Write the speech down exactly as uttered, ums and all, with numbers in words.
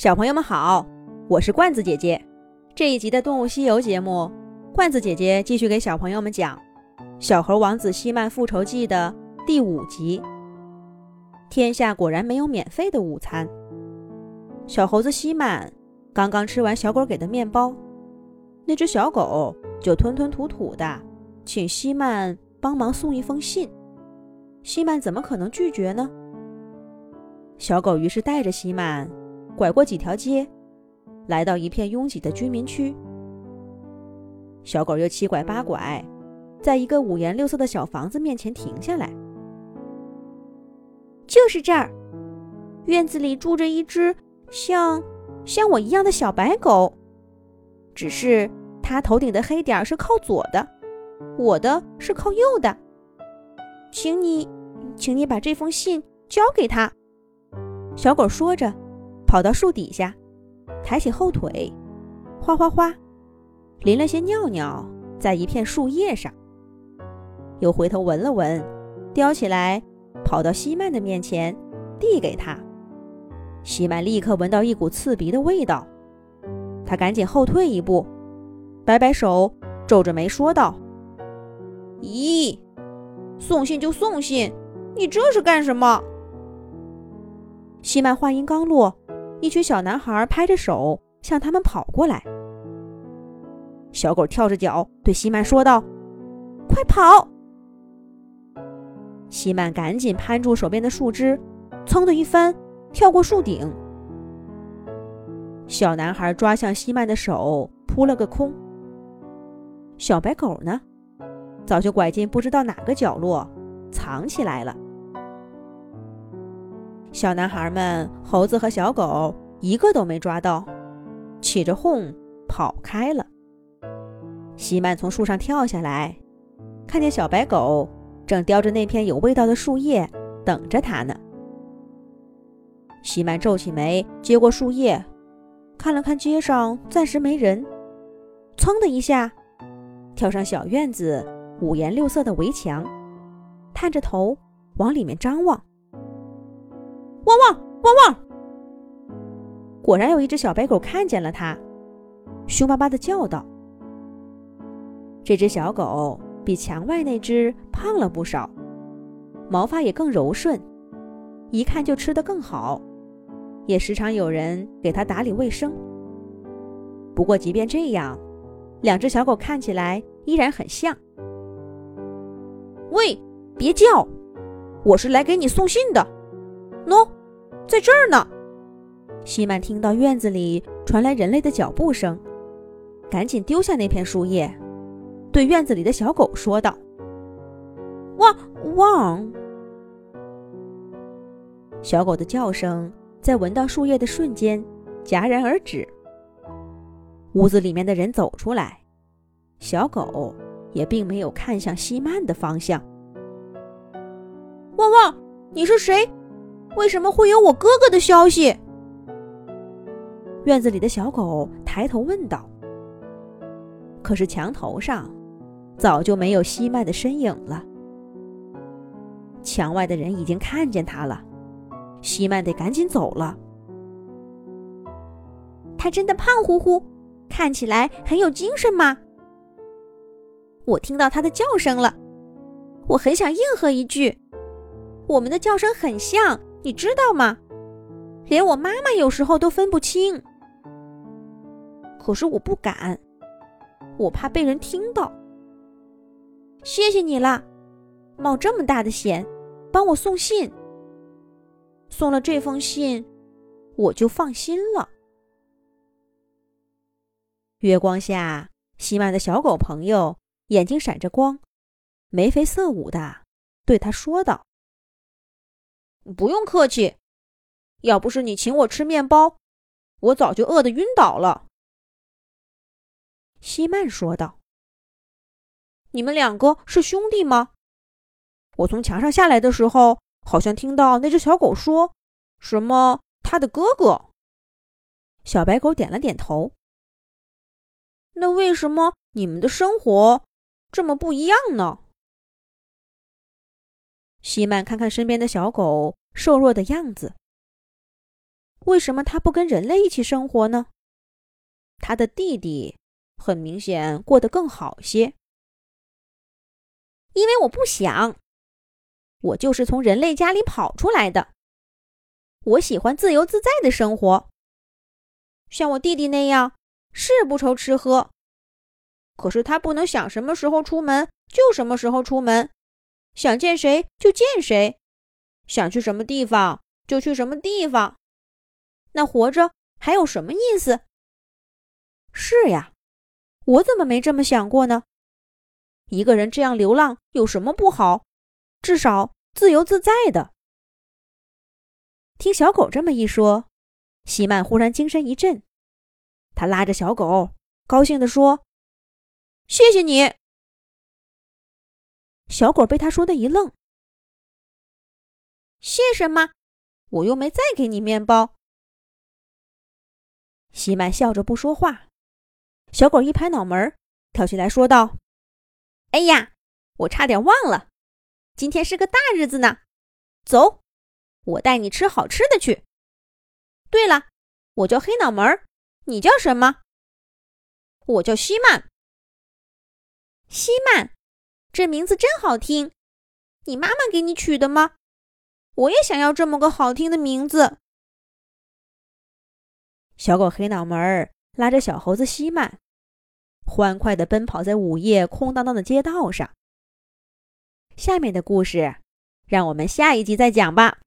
小朋友们好，我是罐子姐姐。这一集的动物西游节目，罐子姐姐继续给小朋友们讲小猴王子希曼复仇记的第五集。天下果然没有免费的午餐。小猴子希曼刚刚吃完小狗给的面包，那只小狗就吞吞吐吐的请希曼帮忙送一封信。希曼怎么可能拒绝呢？小狗于是带着希曼拐过几条街，来到一片拥挤的居民区。小狗又七拐八拐，在一个五颜六色的小房子面前停下来。就是这儿，院子里住着一只像像我一样的小白狗，只是它头顶的黑点是靠左的，我的是靠右的。请你请你把这封信交给他。小狗说着跑到树底下，抬起后腿，哗哗哗淋了些尿尿在一片树叶上，又回头闻了闻，叼起来跑到希曼的面前递给他。希曼立刻闻到一股刺鼻的味道，他赶紧后退一步，摆摆手，皱着眉说道：咦，送信就送信，你这是干什么？希曼话音刚落，一群小男孩拍着手向他们跑过来。小狗跳着脚对希曼说道：快跑！希曼赶紧攀住手边的树枝，噌的一翻跳过树顶。小男孩抓向希曼的手扑了个空。小白狗呢，早就拐进不知道哪个角落藏起来了。小男孩们猴子和小狗一个都没抓到，起着哄跑开了。希曼从树上跳下来，看见小白狗正叼着那片有味道的树叶等着他呢。希曼皱起眉，接过树叶，看了看街上暂时没人，噌的一下跳上小院子五颜六色的围墙，探着头往里面张望。汪汪汪汪！果然有一只小白狗看见了他，凶巴巴地叫道。这只小狗比墙外那只胖了不少，毛发也更柔顺，一看就吃得更好，也时常有人给它打理卫生。不过即便这样，两只小狗看起来依然很像。喂，别叫，我是来给你送信的。喏，在这儿呢。希曼听到院子里传来人类的脚步声，赶紧丢下那片树叶，对院子里的小狗说道：汪汪！小狗的叫声在闻到树叶的瞬间戛然而止。屋子里面的人走出来，小狗也并没有看向希曼的方向。汪汪，你是谁？为什么会有我哥哥的消息？院子里的小狗抬头问道。可是墙头上早就没有希曼的身影了。墙外的人已经看见他了，希曼得赶紧走了。他真的胖乎乎，看起来很有精神吗？我听到他的叫声了，我很想应和一句。我们的叫声很像，你知道吗？连我妈妈有时候都分不清。可是我不敢，我怕被人听到。谢谢你啦，冒这么大的险帮我送信。送了这封信，我就放心了。月光下，希曼的小狗朋友眼睛闪着光，眉飞色舞的对他说道：不用客气，要不是你请我吃面包，我早就饿得晕倒了。希曼说道：你们两个是兄弟吗？我从墙上下来的时候，好像听到那只小狗说什么他的哥哥。小白狗点了点头。那为什么你们的生活这么不一样呢？希曼看看身边的小狗瘦弱的样子， 为什么他不跟人类一起生活呢？他的弟弟很明显过得更好些。因为我不想，我就是从人类家里跑出来的。我喜欢自由自在的生活，像我弟弟那样，是不愁吃喝。可是他不能想什么时候出门就什么时候出门，想见谁就见谁，想去什么地方就去什么地方。那活着还有什么意思？是呀，我怎么没这么想过呢？一个人这样流浪有什么不好？至少自由自在的。听小狗这么一说，希曼忽然精神一振，他拉着小狗，高兴地说：“谢谢你。”小狗被他说的一愣：“谢什么？我又没再给你面包。”希曼笑着不说话。小狗一拍脑门，跳起来说道：“哎呀，我差点忘了，今天是个大日子呢。走，我带你吃好吃的去。对了，我叫黑脑门，你叫什么？”“我叫希曼。”“希曼，这名字真好听，你妈妈给你取的吗？我也想要这么个好听的名字。”小狗黑脑门拉着小猴子希曼，欢快地奔跑在午夜空荡荡的街道上。下面的故事，让我们下一集再讲吧。